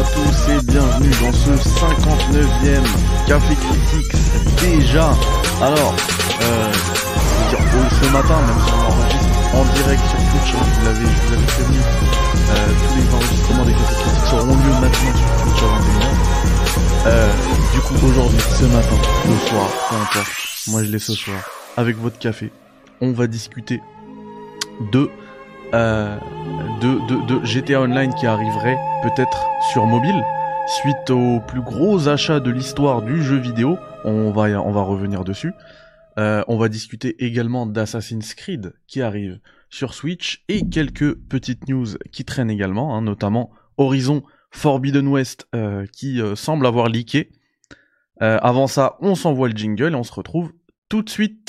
tous et bienvenue dans ce 59e Café Critics déjà. Alors, ce matin, même si on enregistre en direct sur Twitch, je vous l'avais prévenu, tous les enregistrements des Café Critics auront lieu maintenant sur Twitch à 21h. Du coup, aujourd'hui, ce matin, le soir, peu importe, moi je l'ai ce soir, avec votre café, on va discuter de GTA Online qui arriverait peut-être sur mobile suite au plus gros achat de l'histoire du jeu vidéo. On va revenir dessus. On va discuter également d'Assassin's Creed qui arrive sur Switch et quelques petites news qui traînent également, notamment Horizon Forbidden West qui semble avoir leaké. Avant ça, on s'envoie le jingle et on se retrouve tout de suite.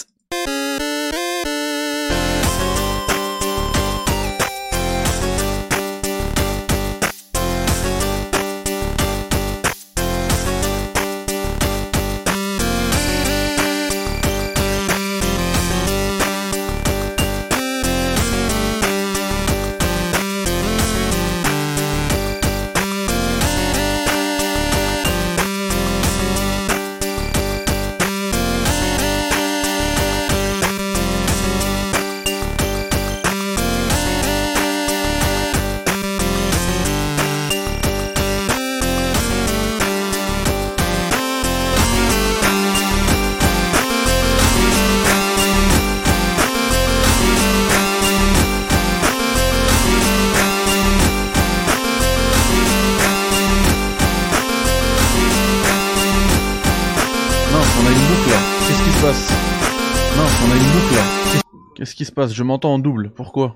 Qu'est-ce qui se passe? Je m'entends en double, pourquoi?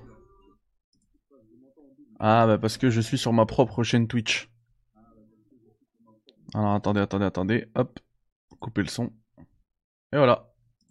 Ah bah parce que je suis sur ma propre chaîne Twitch. Alors attendez, hop, couper le son. Et voilà.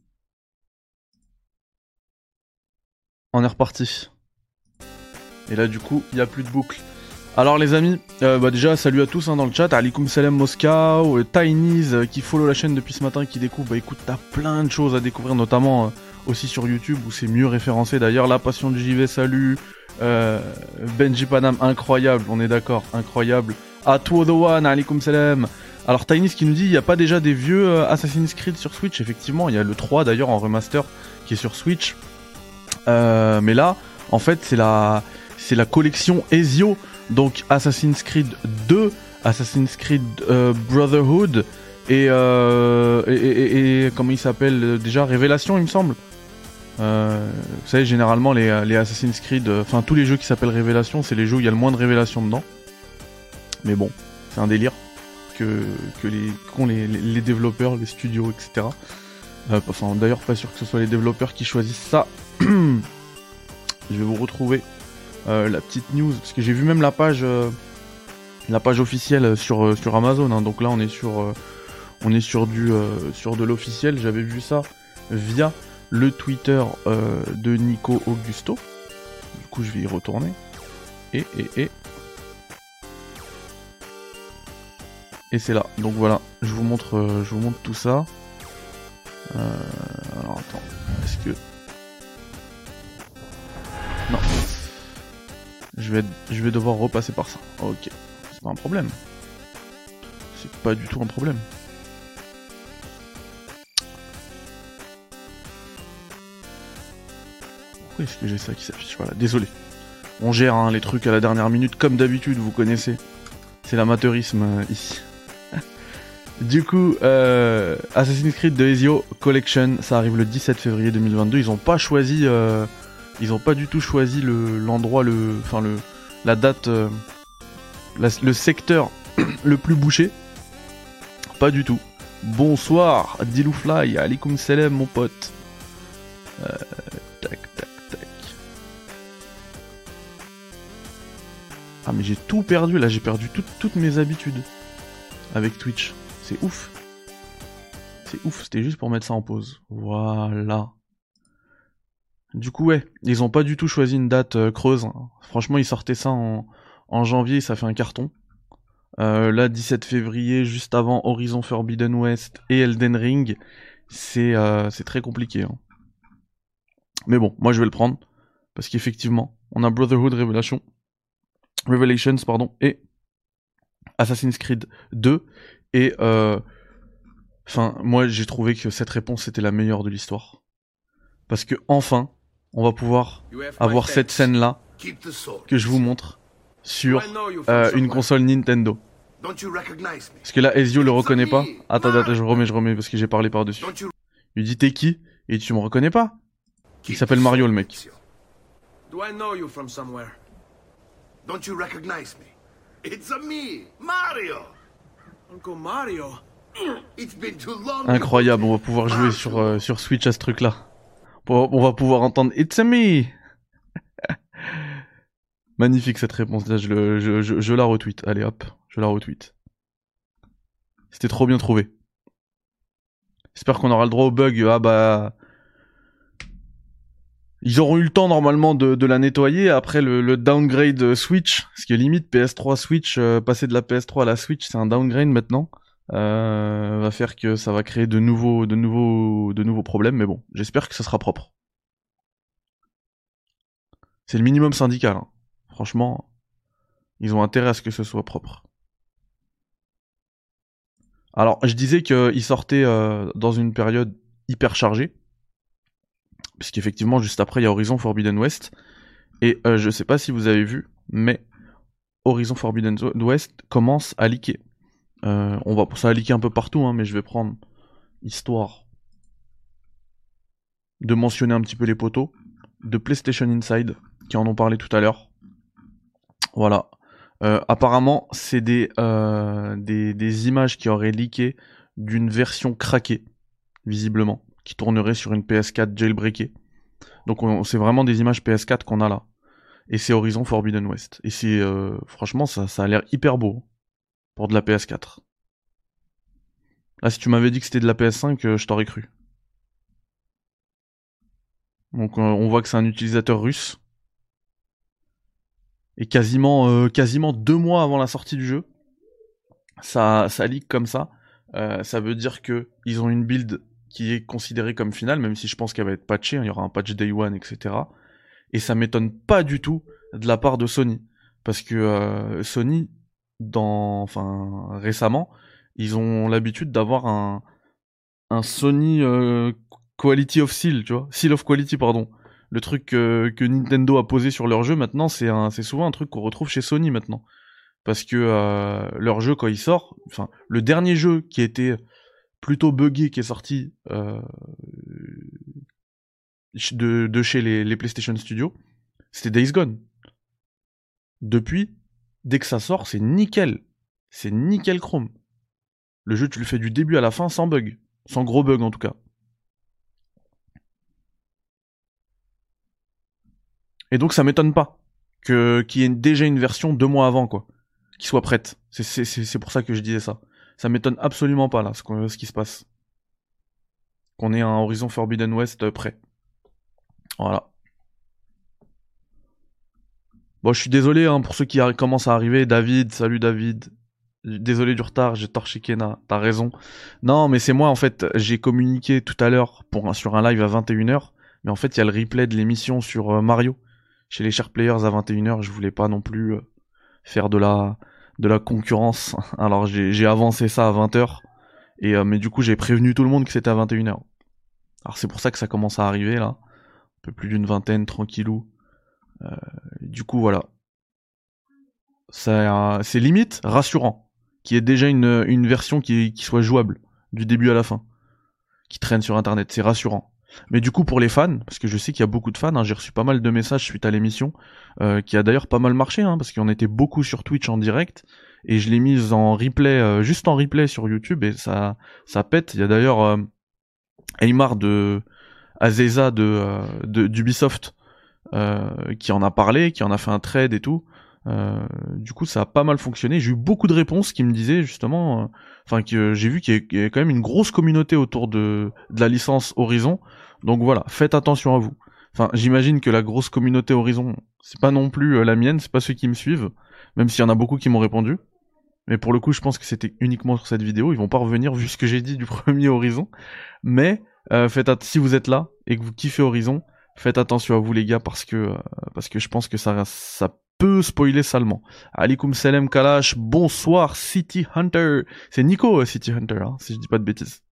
On est reparti. Et là du coup, il n'y a plus de boucle. Alors les amis, déjà salut à tous dans le chat, Alikum Salam Moscow, Tiny's qui follow la chaîne depuis ce matin, qui découvre, écoute, t'as plein de choses à découvrir, notamment aussi sur YouTube où c'est mieux référencé d'ailleurs. La Passion du JV, salut, Benji Panam, incroyable, on est d'accord, incroyable. Atu the One, Alikum Salam. Alors Tiny's qui nous dit, il n'y a pas déjà des vieux Assassin's Creed sur Switch? Effectivement, il y a le 3 d'ailleurs en remaster qui est sur Switch. Mais là, en fait, c'est la collection Ezio. Donc Assassin's Creed 2, Assassin's Creed Brotherhood et comment il s'appelle déjà, Révélation il me semble. Vous savez, généralement les Assassin's Creed, enfin tous les jeux qui s'appellent Révélation, c'est les jeux où il y a le moins de révélations dedans. Mais bon, c'est un délire qu'ont les développeurs, les studios, etc. Enfin, d'ailleurs pas sûr que ce soit les développeurs qui choisissent ça. Je vais vous retrouver la petite news, parce que j'ai vu même la page officielle sur Amazon, donc là on est sur de l'officiel. J'avais vu ça via le Twitter de Nico Augusto, du coup je vais y retourner et c'est là, donc voilà, je vous montre tout ça. Alors attends, est-ce que non, je vais devoir repasser par ça. Ok, c'est pas un problème. C'est pas du tout un problème. Pourquoi est-ce que j'ai ça qui s'affiche? Voilà, désolé. On gère les trucs à la dernière minute comme d'habitude, vous connaissez. C'est l'amateurisme ici. Du coup, Assassin's Creed de Ezio Collection, ça arrive le 17 février 2022. Ils ont pas choisi... Ils ont pas du tout choisi l'endroit, la date, le secteur le plus bouché. Pas du tout. Bonsoir, Diloufly, alikum salam mon pote. Tac. Ah mais j'ai tout perdu là, j'ai perdu toutes mes habitudes avec Twitch. C'est ouf. C'était juste pour mettre ça en pause. Voilà. Du coup ouais, ils ont pas du tout choisi une date creuse. Franchement ils sortaient ça en janvier, ça fait un carton. Là 17 février, juste avant Horizon Forbidden West et Elden Ring, c'est très compliqué. Mais bon, moi je vais le prendre, parce qu'effectivement, on a Brotherhood Revelations, et Assassin's Creed 2. Et enfin, moi j'ai trouvé que cette réponse était la meilleure de l'histoire. Parce que enfin, on va pouvoir avoir cette scène-là que je vous montre sur une console Nintendo. Parce que là, Ezio le reconnaît pas. Attends, je remets parce que j'ai parlé par-dessus. Il dit t'es qui? Et tu me reconnais pas? Il s'appelle Mario le mec. Do I know you from somewhere? Don't you recognize me? It's me, Mario. Uncle Mario. It's been too long. Incroyable, on va pouvoir jouer sur Switch à ce truc-là. On va pouvoir entendre It's me. Magnifique cette réponse. Là, je la retweet. Allez hop, je la retweet. C'était trop bien trouvé. J'espère qu'on aura le droit au bug. Ah bah. Ils auront eu le temps normalement de la nettoyer après le downgrade Switch. Parce que limite PS3 Switch, passer de la PS3 à la Switch, c'est un downgrade maintenant. Va faire que ça va créer de nouveaux problèmes. Mais bon, j'espère que ça sera propre. C'est le minimum syndical. Hein. Franchement, ils ont intérêt à ce que ce soit propre. Alors, je disais qu'ils sortaient dans une période hyper chargée. Puisqu'effectivement, juste après, il y a Horizon Forbidden West. Et je sais pas si vous avez vu, mais Horizon Forbidden West commence à leaker. Ça va leaker un peu partout, hein, mais je vais prendre histoire de mentionner un petit peu les potos de PlayStation Inside, qui en ont parlé tout à l'heure. Voilà. Apparemment, c'est des images qui auraient leaké d'une version craquée, visiblement, qui tournerait sur une PS4 jailbreakée. Donc c'est vraiment des images PS4 qu'on a là. Et c'est Horizon Forbidden West. Et c'est franchement ça a l'air hyper beau pour de la PS4. Là si tu m'avais dit que c'était de la PS5, je t'aurais cru. Donc on voit que c'est un utilisateur russe. Et quasiment 2 mois avant la sortie du jeu, ça leak comme ça. Ça veut dire que ils ont une build qui est considérée comme finale, même si je pense qu'elle va être patchée, hein, il y aura un patch Day One, etc. Et ça m'étonne pas du tout de la part de Sony. Parce que Sony, récemment, ils ont l'habitude d'avoir un Sony Quality of Seal, tu vois, Seal of Quality, pardon. Le truc que Nintendo a posé sur leur jeu maintenant, c'est souvent un truc qu'on retrouve chez Sony maintenant. Parce que leur jeu, quand il sort, enfin, le dernier jeu qui était plutôt buggé, qui est sorti de chez les PlayStation Studios, c'était Days Gone. Depuis, dès que ça sort, c'est nickel. C'est nickel chrome. Le jeu, tu le fais du début à la fin sans bug. Sans gros bug en tout cas. Et donc ça m'étonne pas qu'il y ait déjà une version 2 mois avant, quoi. Qui soit prête. C'est pour ça que je disais ça. Ça m'étonne absolument pas là, ce qui se passe. Qu'on ait un Horizon Forbidden West prêt. Voilà. Bon, je suis désolé hein, pour ceux qui commencent à arriver. David, salut David. Désolé du retard, j'ai torché Kena, t'as raison. Non, mais c'est moi en fait, j'ai communiqué tout à l'heure sur un live à 21h, mais en fait il y a le replay de l'émission sur Mario, chez les Chers Players à 21h, je voulais pas non plus faire de la concurrence, alors j'ai avancé ça à 20h, mais du coup j'ai prévenu tout le monde que c'était à 21h. Alors c'est pour ça que ça commence à arriver là, un peu plus d'une vingtaine, tranquillou. Du coup voilà. C'est limite rassurant qu'il y ait déjà une version qui soit jouable du début à la fin, qui traîne sur internet, c'est rassurant. Mais du coup pour les fans, parce que je sais qu'il y a beaucoup de fans, hein, j'ai reçu pas mal de messages suite à l'émission, qui a d'ailleurs pas mal marché, hein, parce qu'on était beaucoup sur Twitch en direct, et je l'ai mise en replay, juste en replay sur YouTube, et ça pète. Il y a d'ailleurs Aymar de Azeza d'Ubisoft qui en a parlé, qui en a fait un trade et tout. Du coup ça a pas mal fonctionné, j'ai eu beaucoup de réponses qui me disaient justement que j'ai vu qu'il y a quand même une grosse communauté autour de la licence Horizon, donc voilà, faites attention à vous. Enfin, j'imagine que la grosse communauté Horizon, c'est pas non plus la mienne, c'est pas ceux qui me suivent, même s'il y en a beaucoup qui m'ont répondu, mais pour le coup je pense que c'était uniquement sur cette vidéo, ils vont pas revenir vu ce que j'ai dit du premier Horizon, mais si vous êtes là et que vous kiffez Horizon, faites attention à vous les gars, parce que je pense que ça peut spoiler salement. Alaikum salam Kalash, bonsoir City Hunter. C'est Nico City Hunter, hein, si je dis pas de bêtises.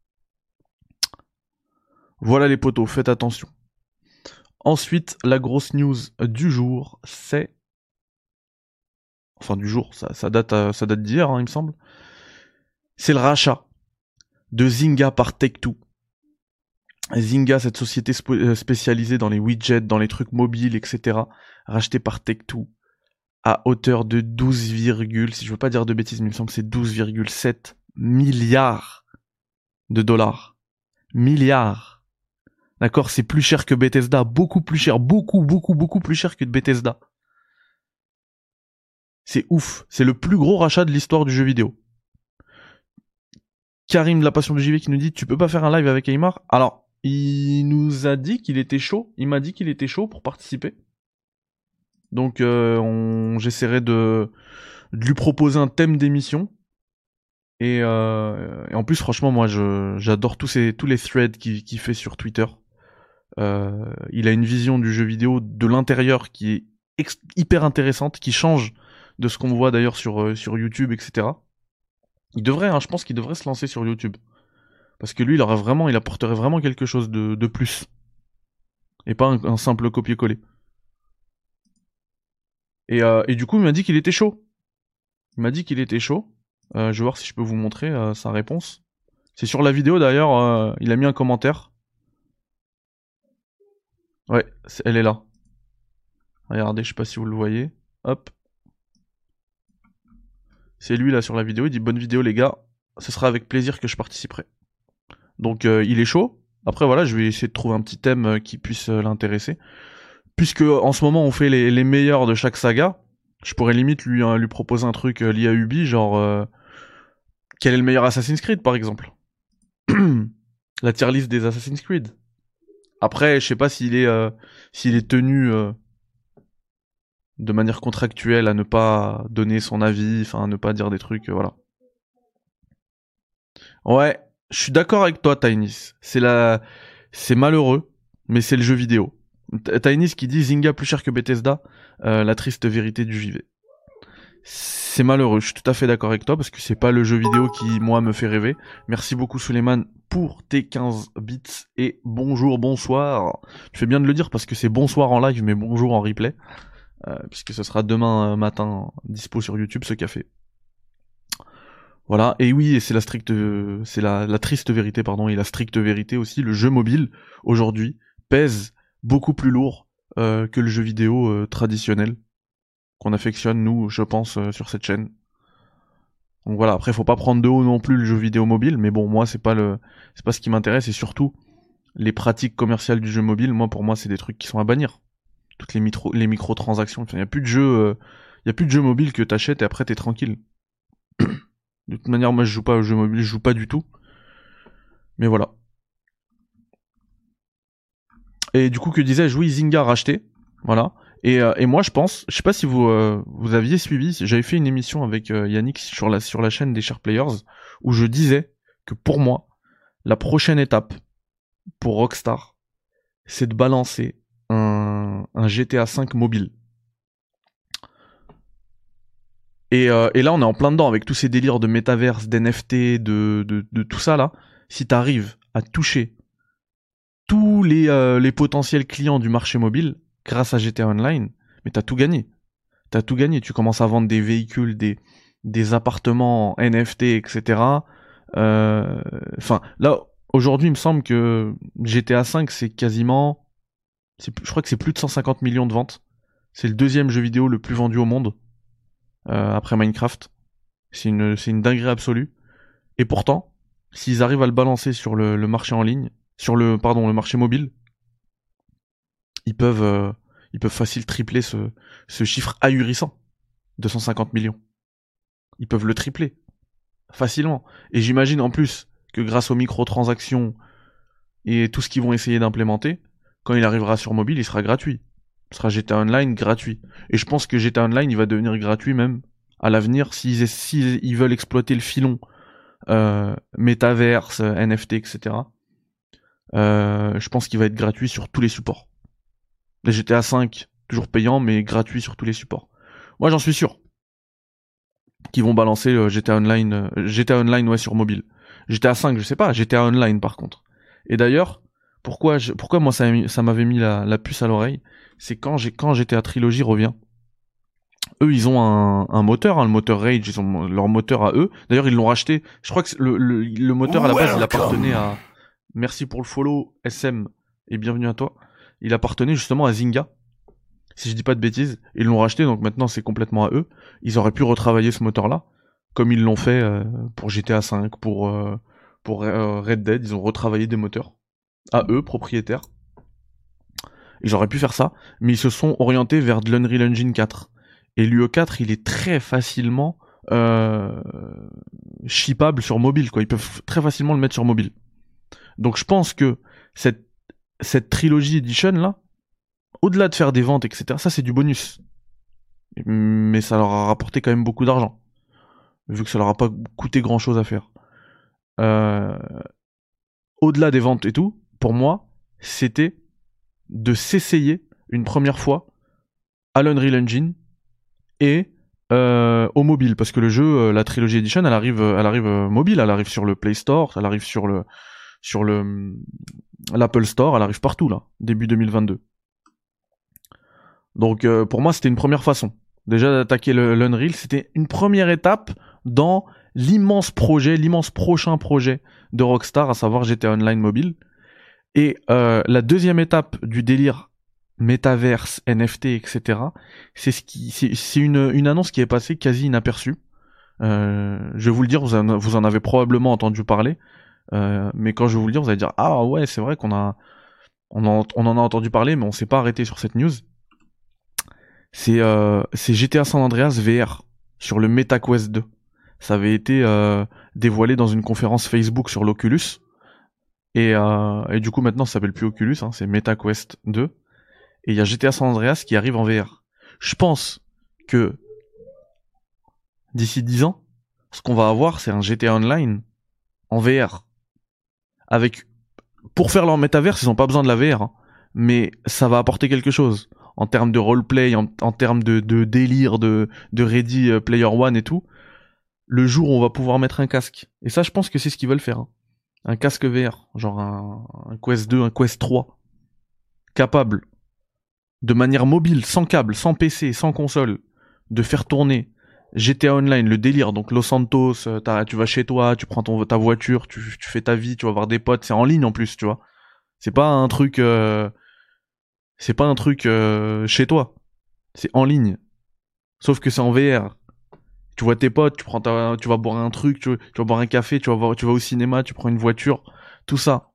Voilà les potos, faites attention. Ensuite, la grosse news du jour, c'est... Enfin du jour, ça date d'hier, hein, il me semble. C'est le rachat de Zynga par Take-Two. Zynga, cette société spécialisée dans les widgets, dans les trucs mobiles, etc., rachetée par Take-Two à hauteur de 12, si je veux pas dire de bêtises, mais il me semble que c'est 12,7 milliards de dollars. Milliards. D'accord, c'est plus cher que Bethesda, beaucoup plus cher, beaucoup plus cher que de Bethesda. C'est ouf, c'est le plus gros rachat de l'histoire du jeu vidéo. Karim de la Passion du JV qui nous dit « Tu peux pas faire un live avec Aymar ?» Alors, il nous a dit qu'il était chaud, il m'a dit qu'il était chaud pour participer. Donc j'essaierai de lui proposer un thème d'émission. Et en plus, franchement, moi, j'adore tous les threads qu'il fait sur Twitter. Il a une vision du jeu vidéo de l'intérieur qui est hyper intéressante, qui change de ce qu'on voit d'ailleurs sur YouTube, etc. Il devrait, hein, je pense qu'il devrait se lancer sur YouTube. Parce que lui, il apporterait vraiment quelque chose de plus. Et pas un simple copier-coller. Et du coup, il m'a dit qu'il était chaud. Je vais voir si je peux vous montrer sa réponse. C'est sur la vidéo d'ailleurs, il a mis un commentaire. Ouais, elle est là. Regardez, je sais pas si vous le voyez. Hop. C'est lui là sur la vidéo, il dit « Bonne vidéo les gars, ce sera avec plaisir que je participerai. » Donc il est chaud. Après voilà, je vais essayer de trouver un petit thème qui puisse l'intéresser. Puisque en ce moment on fait les meilleurs de chaque saga, je pourrais limite lui proposer un truc lié à Ubi, genre quel est le meilleur Assassin's Creed par exemple. La tier list des Assassin's Creed. Après, je sais pas s'il est tenu de manière contractuelle à ne pas donner son avis, enfin à ne pas dire des trucs, voilà. Ouais, je suis d'accord avec toi, Tainis. C'est malheureux, mais c'est le jeu vidéo. Tainis qui dit Zynga plus cher que Bethesda, la triste vérité du JV. C'est malheureux, je suis tout à fait d'accord avec toi parce que c'est pas le jeu vidéo qui, moi, me fait rêver. Merci beaucoup, Suleiman, pour tes 15 bits et bonjour, bonsoir. Tu fais bien de le dire parce que c'est bonsoir en live, mais bonjour en replay. Puisque ce sera demain matin dispo sur YouTube ce café. Voilà, et oui, et c'est la triste vérité, pardon, et la stricte vérité aussi, le jeu mobile, aujourd'hui, pèse beaucoup plus lourd que le jeu vidéo traditionnel, qu'on affectionne, nous, je pense, sur cette chaîne. Donc voilà, après, faut pas prendre de haut non plus le jeu vidéo mobile, mais bon, moi, c'est pas ce qui m'intéresse, et surtout, les pratiques commerciales du jeu mobile, pour moi, c'est des trucs qui sont à bannir. Toutes les microtransactions, enfin, y a plus de jeu mobile que t'achètes et après t'es tranquille. De toute manière, moi je joue pas au jeu mobile, je joue pas du tout. Mais voilà. Et du coup, que disais-je, oui, Zynga racheté. Voilà. Et moi je pense, je sais pas si vous aviez suivi, j'avais fait une émission avec Yannick sur la chaîne des Share Players, où je disais que pour moi, la prochaine étape pour Rockstar, c'est de balancer un GTA V mobile. Et là, on est en plein dedans avec tous ces délires de métaverse, d'NFT, de tout ça là. Si t'arrives à toucher tous les potentiels clients du marché mobile grâce à GTA Online, mais t'as tout gagné. T'as tout gagné. Tu commences à vendre des véhicules, des appartements en NFT, etc. Enfin, là, aujourd'hui, il me semble que GTA V, c'est quasiment... je crois que c'est plus de 150 millions de ventes. C'est le deuxième jeu vidéo le plus vendu au monde. Après Minecraft. C'est une dinguerie absolue. Et pourtant, s'ils arrivent à le balancer sur le marché en ligne, le marché mobile, ils peuvent facile tripler ce chiffre ahurissant de 150 millions. Ils peuvent le tripler facilement. Et j'imagine en plus que grâce aux microtransactions et tout ce qu'ils vont essayer d'implémenter, quand il arrivera sur mobile, il sera gratuit. Ce sera GTA Online gratuit. Et je pense que GTA Online, il va devenir gratuit même à l'avenir s'ils veulent exploiter le filon métaverse, NFT, etc. Je pense qu'il va être gratuit sur tous les supports. Le GTA V, toujours payant mais gratuit sur tous les supports. Moi j'en suis sûr qu'ils vont balancer GTA Online ouais, sur mobile. GTA 5 je sais pas, GTA Online par contre. Et d'ailleurs, pourquoi moi ça m'avait mis la puce à l'oreille, c'est quand GTA Trilogy revient. Eux ils ont un moteur, le moteur Rage, ils ont leur moteur à eux. D'ailleurs ils l'ont racheté, je crois que le moteur à la base il appartenait à... Merci pour le follow SM et bienvenue à toi. Il appartenait justement à Zynga. Si je dis pas de bêtises, ils l'ont racheté, donc maintenant c'est complètement à eux. Ils auraient pu retravailler ce moteur-là, comme ils l'ont fait pour GTA V, pour Red Dead, ils ont retravaillé des moteurs à eux, propriétaires. Ils auraient pu faire ça, mais ils se sont orientés vers de l'Unreal Engine 4. Et l'UE4, il est très facilement shippable sur mobile, quoi. Ils peuvent très facilement le mettre sur mobile. Donc je pense que cette Trilogy Edition là, au-delà de faire des ventes, etc., ça c'est du bonus. Mais ça leur a rapporté quand même beaucoup d'argent. Vu que ça leur a pas coûté grand-chose à faire. Au-delà des ventes et tout, pour moi, c'était de s'essayer une première fois à l'Unreal Engine et au mobile. Parce que le jeu, la Trilogy Edition, elle arrive mobile, elle arrive sur le Play Store, elle arrive sur l'Apple Store, elle arrive partout là, début 2022. Donc pour moi c'était une première façon. Déjà d'attaquer l'Unreal, c'était une première étape dans l'immense prochain projet de Rockstar, à savoir GTA Online mobile. Et la deuxième étape du délire métaverse, NFT, etc. C'est une annonce qui est passée quasi inaperçue. Je vais vous le dire, vous en avez probablement entendu parler. Mais quand je vais vous le dire, vous allez dire ah ouais, c'est vrai qu'on en a entendu parler, mais on s'est pas arrêté sur cette news. C'est GTA San Andreas VR sur le MetaQuest 2. Ça avait été dévoilé dans une conférence Facebook sur l'Oculus. Et du coup maintenant ça s'appelle plus Oculus, hein, c'est MetaQuest 2. Et il y a GTA San Andreas qui arrive en VR. Je pense que d'ici 10 ans, ce qu'on va avoir, c'est un GTA Online en VR. Pour faire leur métaverse, ils n'ont pas besoin de la VR, hein, mais ça va apporter quelque chose en termes de roleplay, en termes de délire, de Ready Player One et tout. Le jour où on va pouvoir mettre un casque, et ça je pense que c'est ce qu'ils veulent faire, hein. Un casque VR, genre un Quest 2, un Quest 3, capable de manière mobile, sans câble, sans PC, sans console, de faire tourner GTA Online, le délire, donc Los Santos, tu vas chez toi, tu prends ta voiture, tu fais ta vie, tu vas voir des potes, c'est en ligne en plus, tu vois. C'est pas un truc chez toi, c'est en ligne. Sauf que c'est en VR. Tu vois tes potes, tu vas boire un truc, tu vas boire un café, tu vas au cinéma, tu prends une voiture, tout ça.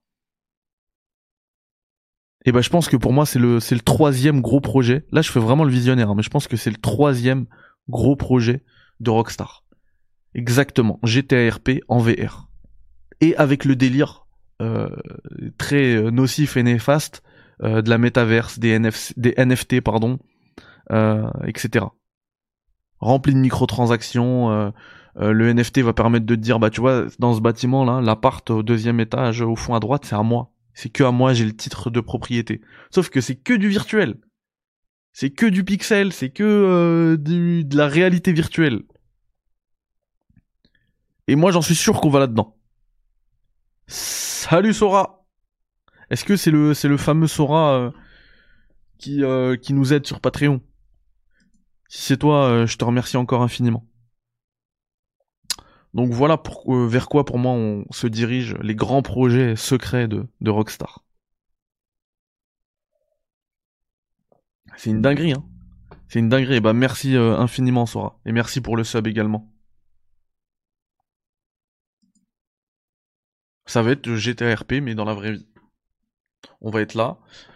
Et ben je pense que pour moi c'est le troisième gros projet. Là je fais vraiment le visionnaire, hein, mais je pense que c'est le troisième gros projet de Rockstar. Exactement, GTA RP en VR. Et avec le délire très nocif et néfaste de la métaverse, des NFT, pardon, etc. Rempli de microtransactions. Le NFT va permettre de te dire, bah tu vois, dans ce bâtiment là, l'appart au deuxième étage, au fond à droite, c'est à moi. C'est que à moi, j'ai le titre de propriété. Sauf que c'est que du virtuel. C'est que du pixel, c'est que de la réalité virtuelle. Et moi, j'en suis sûr qu'on va là-dedans. Salut Sora. Est-ce que c'est le fameux Sora qui nous aide sur Patreon? Si c'est toi, je te remercie encore infiniment. Donc voilà vers quoi pour moi on se dirige, les grands projets secrets de Rockstar. C'est une dinguerie, hein. C'est une dinguerie. Et bah merci infiniment Sora. Et merci pour le sub également. Ça va être GTA RP mais dans la vraie vie. On va être là.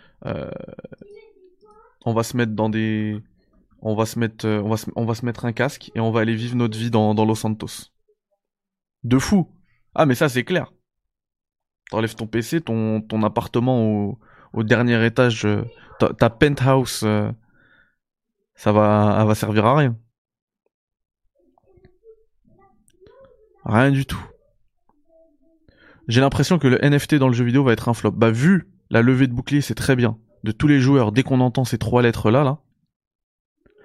On va se mettre dans des... On va se mettre un casque et on va aller vivre notre vie dans Los Santos. De fou. Ah mais ça c'est clair. T'enlèves ton PC, ton appartement au dernier étage, ta penthouse, elle va servir à rien. Rien du tout. J'ai l'impression que le NFT dans le jeu vidéo va être un flop. Bah vu la levée de bouclier, c'est très bien. De tous les joueurs, dès qu'on entend ces 3 lettres là,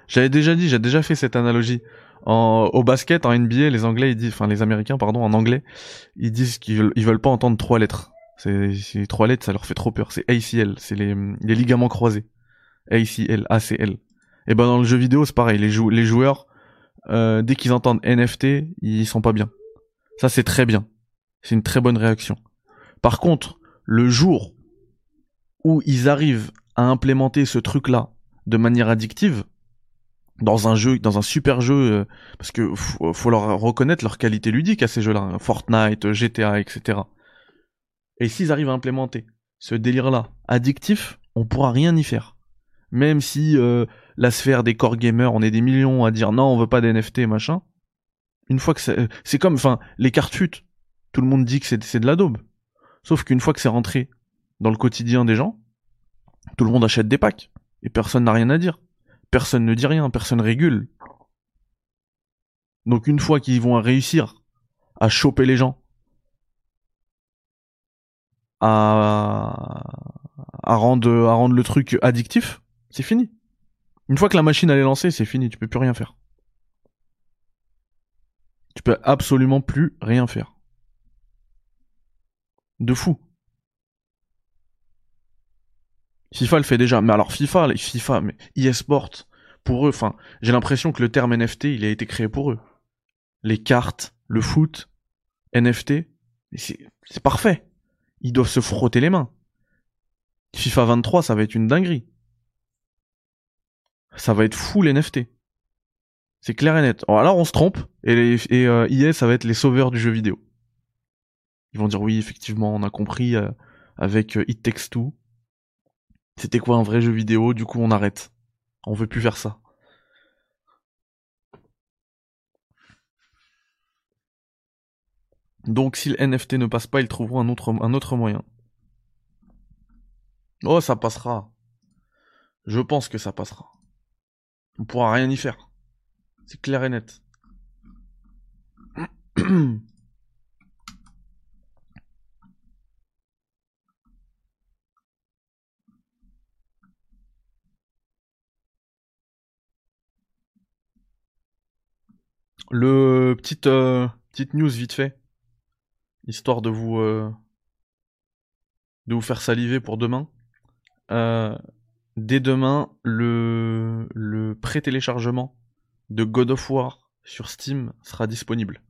J'avais déjà dit, j'ai déjà fait cette analogie. Au basket, en NBA, les Anglais, enfin les Américains, pardon, en anglais, ils disent ils veulent pas entendre 3 lettres. C'est 3 lettres, ça leur fait trop peur. C'est ACL, c'est les ligaments croisés. ACL, ACL. Et ben dans le jeu vidéo, c'est pareil. Les joueurs, dès qu'ils entendent NFT, ils sont pas bien. Ça, c'est très bien. C'est une très bonne réaction. Par contre, le jour où ils arrivent à implémenter ce truc-là de manière addictive, dans un jeu, dans un super jeu, parce que faut leur reconnaître leur qualité ludique à ces jeux-là, hein, Fortnite, GTA, etc. Et s'ils arrivent à implémenter ce délire-là addictif, on pourra rien y faire. Même si la sphère des core gamers, on est des millions à dire non, on veut pas d'NFT, machin. Une fois que c'est comme, enfin, les cartes fut, tout le monde dit que c'est de la daube. Sauf qu'une fois que c'est rentré dans le quotidien des gens, tout le monde achète des packs. Et personne n'a rien à dire. Personne ne dit rien, personne régule. Donc une fois qu'ils vont réussir à choper les gens, à rendre le truc addictif, c'est fini. Une fois que la machine elle est lancée, c'est fini, tu peux plus rien faire. Tu peux absolument plus rien faire. De fou. FIFA le fait déjà, mais alors FIFA, mais eSport, pour eux, enfin, j'ai l'impression que le terme NFT, il a été créé pour eux. Les cartes, le foot, NFT, c'est parfait. Ils doivent se frotter les mains. FIFA 23, ça va être une dinguerie. Ça va être full NFT. C'est clair et net. Alors on se trompe, et EA, ça va être les sauveurs du jeu vidéo. Ils vont dire oui, effectivement, on a compris avec It Takes Two. C'était quoi un vrai jeu vidéo, du coup on arrête. On veut plus faire ça. Donc si le NFT ne passe pas, ils trouveront un autre moyen. Oh, ça passera. Je pense que ça passera. On pourra rien y faire. C'est clair et net. Petite news vite fait, histoire de vous faire saliver pour demain. Dès demain, le pré-téléchargement de God of War sur Steam sera disponible.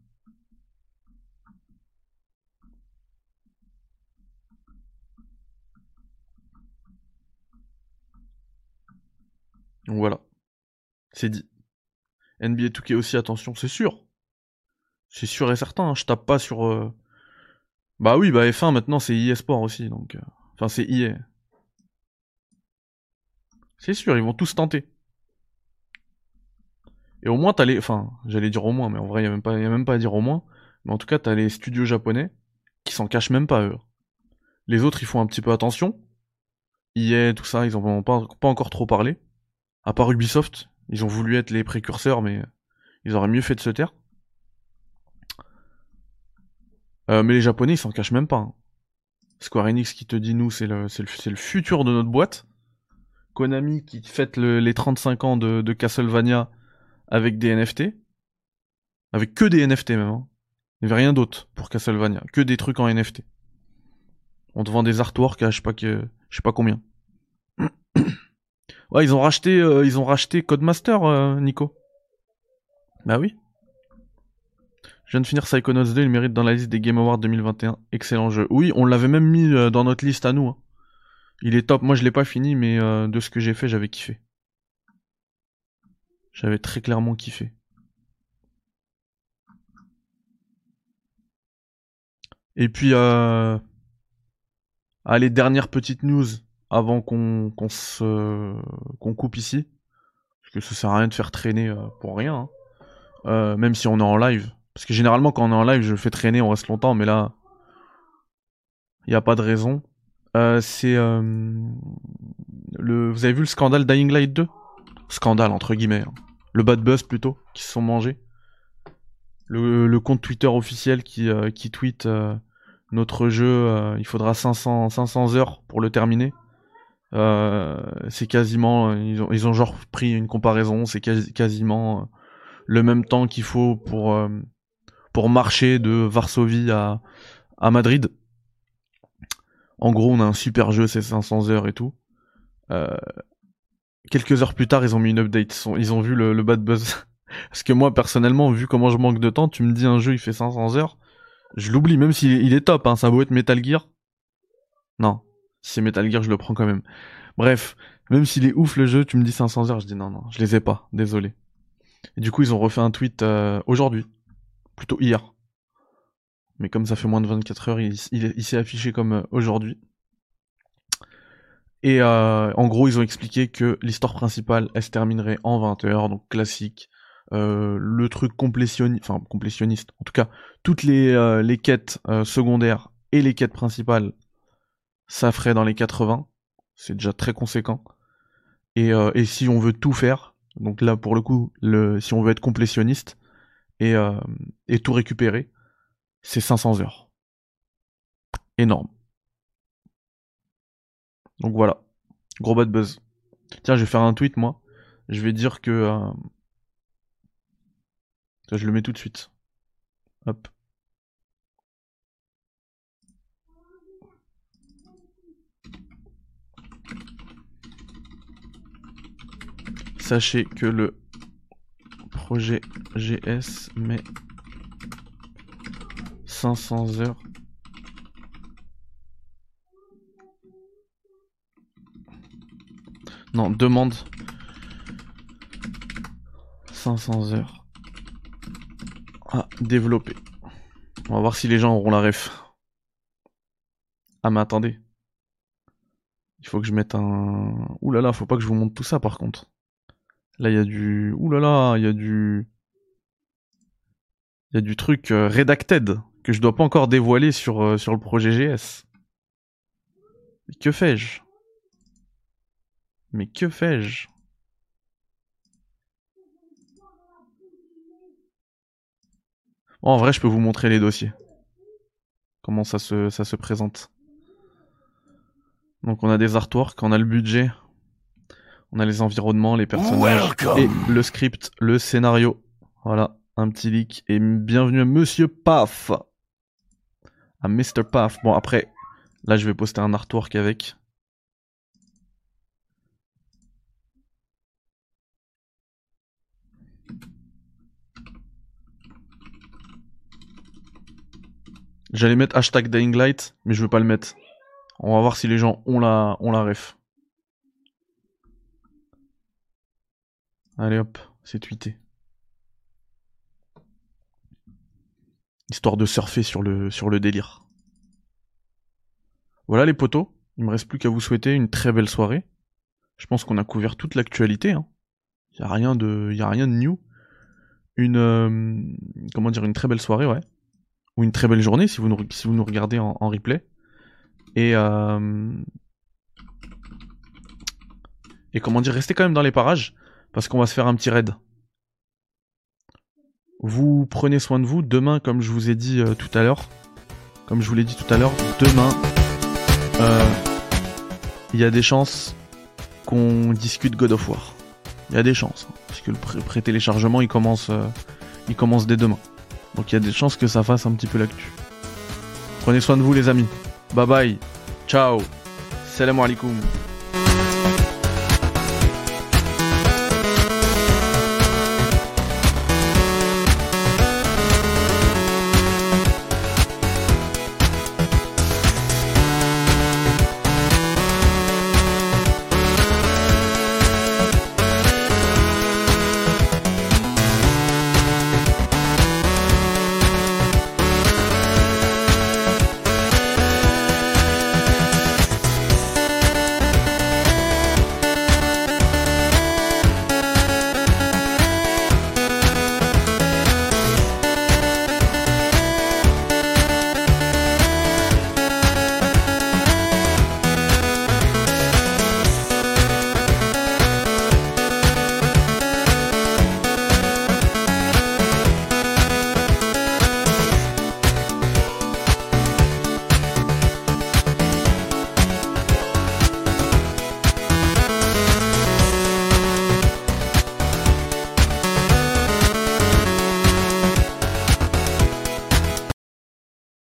Donc voilà, c'est dit. NBA 2K aussi, attention, c'est sûr. C'est sûr et certain, hein, je tape pas sur... Bah oui, bah F1 maintenant c'est EA Sport aussi, donc... Enfin c'est EA. C'est sûr, ils vont tous tenter. Et au moins t'as les... Enfin, j'allais dire au moins, mais en vrai y a même pas à dire au moins. Mais en tout cas t'as les studios japonais qui s'en cachent même pas eux. Les autres ils font un petit peu attention. EA, tout ça, ils en ont pas encore trop parlé. À part Ubisoft, ils ont voulu être les précurseurs, mais ils auraient mieux fait de se taire. Mais les Japonais, ils s'en cachent même pas. Hein. Square Enix qui te dit, nous, c'est le futur de notre boîte. Konami qui fête les 35 ans de Castlevania avec des NFT. Avec que des NFT même. Hein. Il n'y avait rien d'autre pour Castlevania. Que des trucs en NFT. On te vend des artworks à je sais pas combien. Ouais, ils ont racheté Codemaster, Nico. Bah oui. Je viens de finir Psychonauts 2, il mérite dans la liste des Game Awards 2021. Excellent jeu. Oui, on l'avait même mis dans notre liste à nous. Hein. Il est top. Moi, je l'ai pas fini, mais de ce que j'ai fait, j'avais kiffé. J'avais très clairement kiffé. Et puis, allez, dernière petite news avant qu'on coupe ici. Parce que ça sert à rien de faire traîner pour rien. Hein. Même si on est en live. Parce que généralement, quand on est en live, je fais traîner, on reste longtemps. Mais là, il n'y a pas de raison. C'est... Vous avez vu le scandale Dying Light 2 ? Scandale, entre guillemets. Hein. Le bad buzz, plutôt, qui se sont mangés. Le compte Twitter officiel qui tweet... notre jeu, il faudra 500 heures pour le terminer. C'est quasiment, ils ont genre pris une comparaison, c'est quasiment le même temps qu'il faut pour marcher de Varsovie à Madrid. En gros, on a un super jeu, c'est 500 heures et tout. Quelques heures plus tard, ils ont mis une update, ils ont vu le bad buzz. Parce que moi, personnellement, vu comment je manque de temps, tu me dis un jeu, il fait 500 heures, je l'oublie, même s'il est top, hein, ça a beau être Metal Gear. Non, si c'est Metal Gear, je le prends quand même. Bref, même s'il est ouf le jeu, tu me dis 500 heures, je dis non, je les ai pas, désolé. Et du coup, ils ont refait un tweet aujourd'hui, plutôt hier. Mais comme ça fait moins de 24 heures, il s'est affiché comme aujourd'hui. Et en gros, ils ont expliqué que l'histoire principale, elle se terminerait en 20 heures, donc classique. Le truc complétionniste, en tout cas, toutes les quêtes secondaires et les quêtes principales, ça ferait dans les 80. C'est déjà très conséquent. Et si on veut tout faire, donc là pour le coup, si on veut être complétionniste et tout récupérer, c'est 500 heures. Énorme. Donc voilà, gros bad buzz. Tiens, je vais faire un tweet moi. Je vais dire que... je le mets tout de suite. Hop. Sachez que le projet GS met 500 heures. Non, demande 500 heures à développer. On va voir si les gens auront la ref. Ah mais attendez. Il faut que je mette un... Ouh là là, faut pas que je vous montre tout ça par contre. Là il y a du... Ouh là là, il y a du... Il y a du truc redacted que je dois pas encore dévoiler sur le projet GS. Mais que fais-je? Mais que fais-je? En vrai, je peux vous montrer les dossiers. Comment ça se présente. Donc on a des artworks, on a le budget, on a les environnements, les personnages et le script, le scénario. Voilà, un petit leak. Et bienvenue à Monsieur Paf. À Mr. Paf. Bon après, là je vais poster un artwork avec. J'allais mettre hashtag Dying Light, mais je veux pas le mettre. On va voir si les gens ont la ref. Allez hop, c'est tweeté. Histoire de surfer sur le délire. Voilà les potos, il me reste plus qu'à vous souhaiter une très belle soirée. Je pense qu'on a couvert toute l'actualité. Hein. Y a rien de new. Une très belle soirée, ouais. Ou une très belle journée si vous nous regardez en replay. Et restez quand même dans les parages parce qu'on va se faire un petit raid. Vous prenez soin de vous. Demain, comme je vous ai dit tout à l'heure, demain, il y a des chances qu'on discute God of War. Il y a des chances, hein, parce que le pré-téléchargement il commence dès demain. Donc il y a des chances que ça fasse un petit peu l'actu. Prenez soin de vous les amis. Bye bye. Ciao. Salam alaikum.